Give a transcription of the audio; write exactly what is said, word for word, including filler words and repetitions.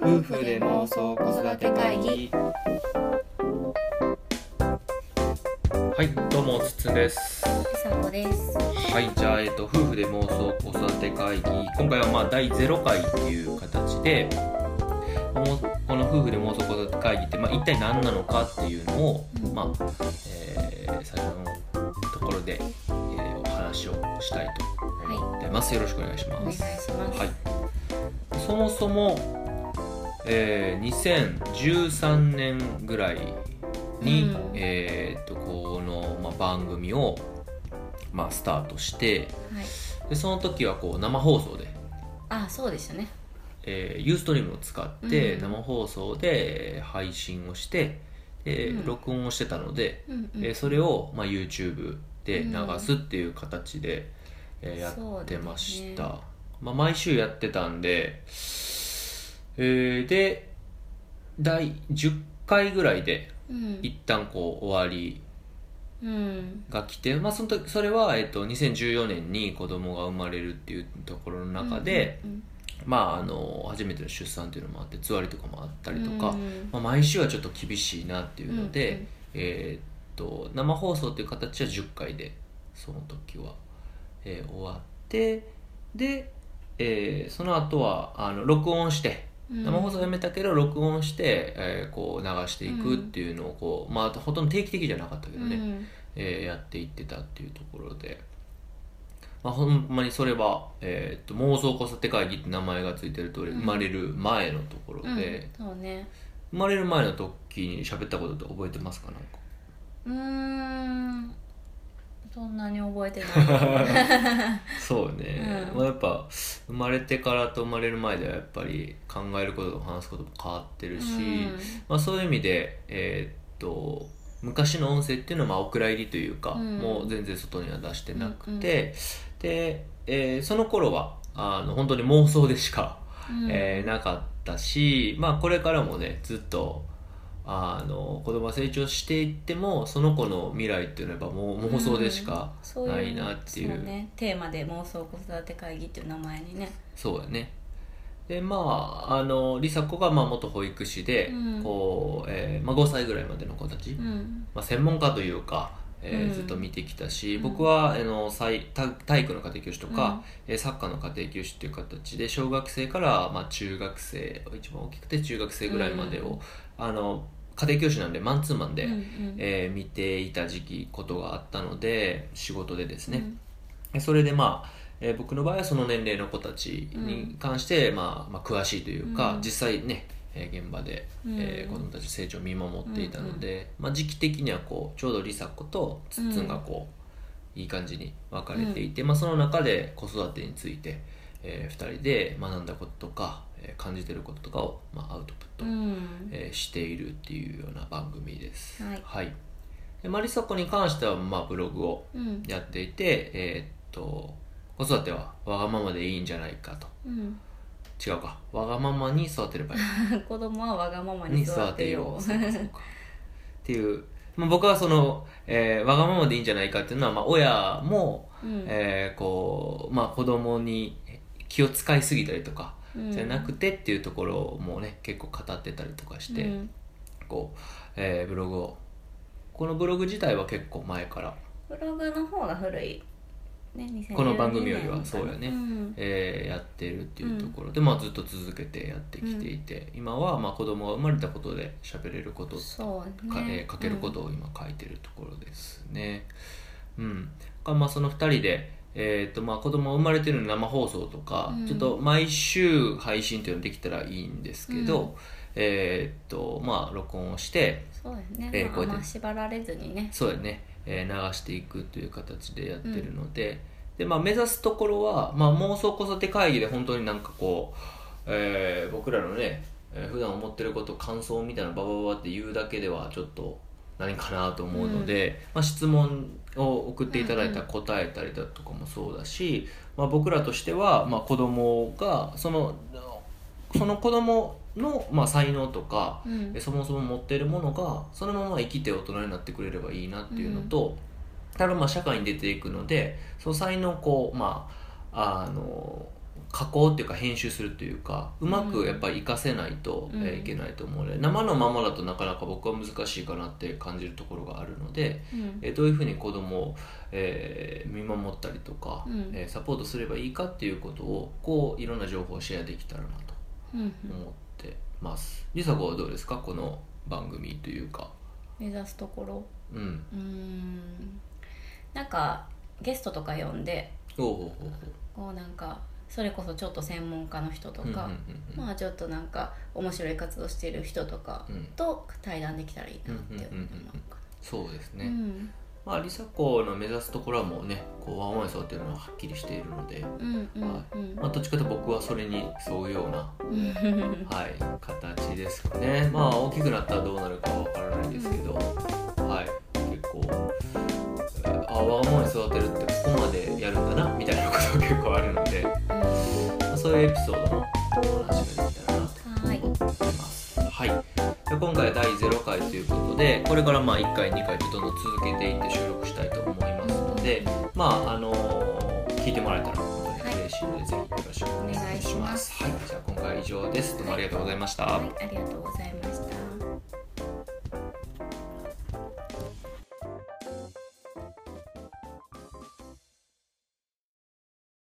夫婦で妄想子育て会議。 はい、どうもつつです。 ひさこです。 はい、じゃあ、えっと、夫婦で妄想子育て会議、今回はまあだいゼロかいっていう形で、この夫婦で妄想子育て会議って、まあ、一体何なのかっていうのを、うんまあえー、最初のところで、えー、お話をしたいと思ってます、はい、よろしくお願いします。 お願いします、 はい、そもそも、えー、にせんじゅうさんねんぐらいに、うんえー、とこの、まあ、番組を、まあ、スタートして、はい、でその時はこう生放送でああそうですよね、 えー、ユーストリームを使って生放送で配信をして、でうん、録音をしてたので、うんうんえー、それを、まあ、YouTube で流すっていう形で、うんえー、やってました、ねまあ、毎週やってたんで、えー、でだいじゅっかいぐらいで一旦こう終わりが来て、うんまあ、その時それは、えー、とにせんじゅうよねんに子供が生まれるっていうところの中で、うんうんうんまあ、あの初めての出産っていうのもあってつわりとかもあったりとか、うんまあ、毎週はちょっと厳しいなっていうので、うんうんえー、っと生放送っていう形はじゅっかいでその時は、えー、終わってで、えー、その後はあの録音して生放送やめたけど録音して、えー、こう流していくっていうのをこう、まあ、ほとんど定期的じゃなかったけどね、うんえー、やっていってたっていうところでまあ、ほんまにそれは、えー、と妄想子育て会議って名前がついてる通り、うん、生まれる前のところで、 うんそうね、 生まれる前の時に喋ったことって覚えてますかなんかうーんそんなに覚えてないそうね、うんまあ、やっぱ生まれてからと生まれる前ではやっぱり考えることと話すことも変わってるし、うんまあ、そういう意味でえー、っと昔の音声っていうのはまあお蔵入りというか、うん、もう全然外には出してなくて、うんうん、で、えー、その頃はあの本当に妄想でしか、うんえー、なかったし、まあ、これからもねずっとあの子供が成長していってもその子の未来っていうのはやっぱもう妄想でしかないなっていう、うん、 そういうね、テーマで妄想子育て会議っていう名前にねそうやねでまあ、あの梨紗子がまあ元保育士で、うんこうえーまあ、ごさいぐらいまでの子たち、うんまあ、専門家というか、えーうん、ずっと見てきたし、うん、僕はあの体育の家庭教師とか、うん、サッカーの家庭教師っていう形で小学生から、まあ、中学生一番大きくて中学生ぐらいまでを、うん、あの家庭教師なんでマンツーマンで、うんうんえー、見ていた時期ことがあったので仕事でですね、うん、それでまあえー、僕の場合はその年齢の子たちに関して、うんまあまあ、詳しいというか、うん、実際ね、えー、現場で、えー、子供たち成長を見守っていたので、うんまあ、時期的にはこうちょうど梨紗子とつっつんがこう、うん、いい感じに分かれていて、まあ、その中で子育てについて、えー、ふたりで学んだこととか、えー、感じてることとかを、まあ、アウトプット、うんえー、しているっていうような番組です。はいはい、でまあ、梨紗子に関しては、まあ、ブログをやっていて、えー、っと子育てはわがままでいいんじゃないかと、うん、違うかわがままに育てればいい子供はわがままに育てようそうかそうかっていう、まあ、僕はその、えー、わがままでいいんじゃないかっていうのは、まあ、親も、うんえーこうまあ、子供に気を使いすぎたりとか、うん、じゃなくてっていうところもね結構語ってたりとかして、うん、こう、えー、ブログをこのブログ自体は結構前からブログの方が古いね、 この番組よりはそうやね、うんえー、やってるっていうところで、うんまあ、ずっと続けてやってきていて、うん、今はまあ子供が生まれたことで喋れること、ねかえー、書けることを今書いてるところですね、うん、まあそのふたりで、えーとまあ、子供が生まれてる生放送とか、うん、ちょっと毎週配信っていうのできたらいいんですけど、うんえーとまあ、録音をしてそうやね、えー、こうやってまあ縛られずにねそうやねえー、流していくという形でやってるので、うんでまあ、目指すところは、まあ、妄想子育て会議で本当になんかこう、えー、僕らのね、えー、普段思ってること感想みたいなババババって言うだけではちょっと何かなと思うので、うんまあ、質問を送っていただいたら答えたりだとかもそうだし、まあ、僕らとしては、まあ、子供がそのその子供の、まあ、才能とか、うん、そもそも持っているものがそのまま生きて大人になってくれればいいなっていうのと、うんただまあ社会に出ていくのでその才能をこう、まあ、あの加工っていうか編集するというかうまくやっぱり活かせないと、うんえー、いけないと思うので、生のままだとなかなか僕は難しいかなって感じるところがあるので、うんえー、どういうふうに子供を、えー、見守ったりとか、うんえー、サポートすればいいかっていうことをこういろんな情報をシェアできたらなと思ってます。りさこはどうですか、この番組というか目指すところ。 うん、 うーんなんかゲストとか呼んでおうおうおうこうなんかそれこそちょっと専門家の人とか、うんうんうんうん、まあちょっとなんか面白い活動している人とかと対談できたらいいなって思うのかな。 そうですね、 うんまあ、りさこの目指すところはもうねこうワンワンそうっていうのははっきりしているので、 うんうんうんまあ、どっちかというと僕はそれに沿うような、はい、形ですかね。まあ大きくなったらどうなるかはわからないですけど、はい、結構あワンワンに育てるってここまでやるんだなみたいなことが結構あるので、まあ、そういうエピソードの話ができたらなと思います。はい、今回はだいゼロかいということで、これからまあいっかいにかいとどんどん続けていって収録したいと思いますので、まああのー、聞いてもらえたら本当に嬉しいので、ぜひよろしくお願いします。はい、じゃあ今回は以上です。どうもありがとうございました。 はい、ありがとうございました。